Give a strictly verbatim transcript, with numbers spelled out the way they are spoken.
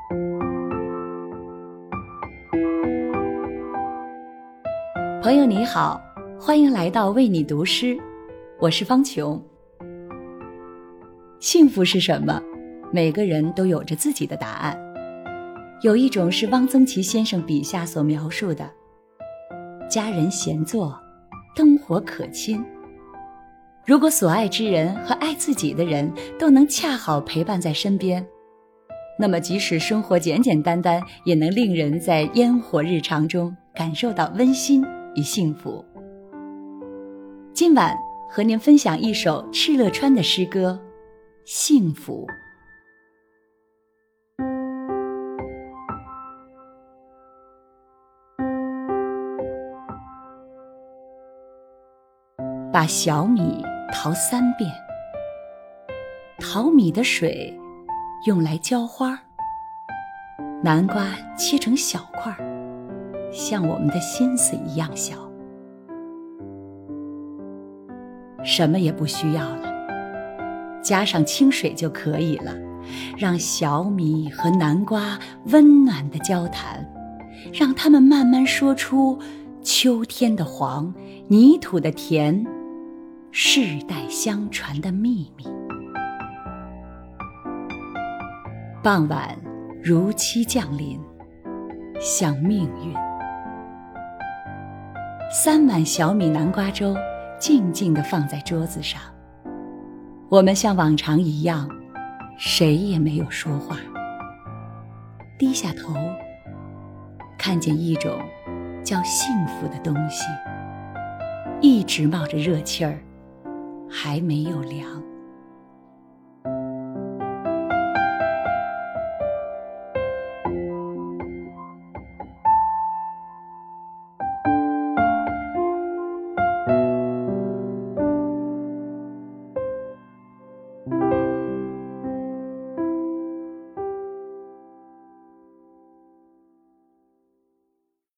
朋友你好，欢迎来到为你读诗，我是方琼。幸福是什么？每个人都有着自己的答案。有一种是汪曾祺先生笔下所描述的，家人闲坐，灯火可亲。如果所爱之人和爱自己的人都能恰好陪伴在身边，那么即使生活简简单单，也能令人在烟火日常中感受到温馨与幸福。今晚和您分享一首敕勒川的诗歌《幸福》。把小米淘三遍，淘米的水用来浇花，南瓜切成小块，像我们的心思一样小。什么也不需要了，加上清水就可以了，让小米和南瓜温暖地交谈，让它们慢慢说出秋天的黄，泥土的甜，世代相传的秘密。傍晚如期降临，像命运。三碗小米南瓜粥静静地放在桌子上，我们像往常一样，谁也没有说话，低下头，看见一种叫幸福的东西，一直冒着热气儿，还没有凉。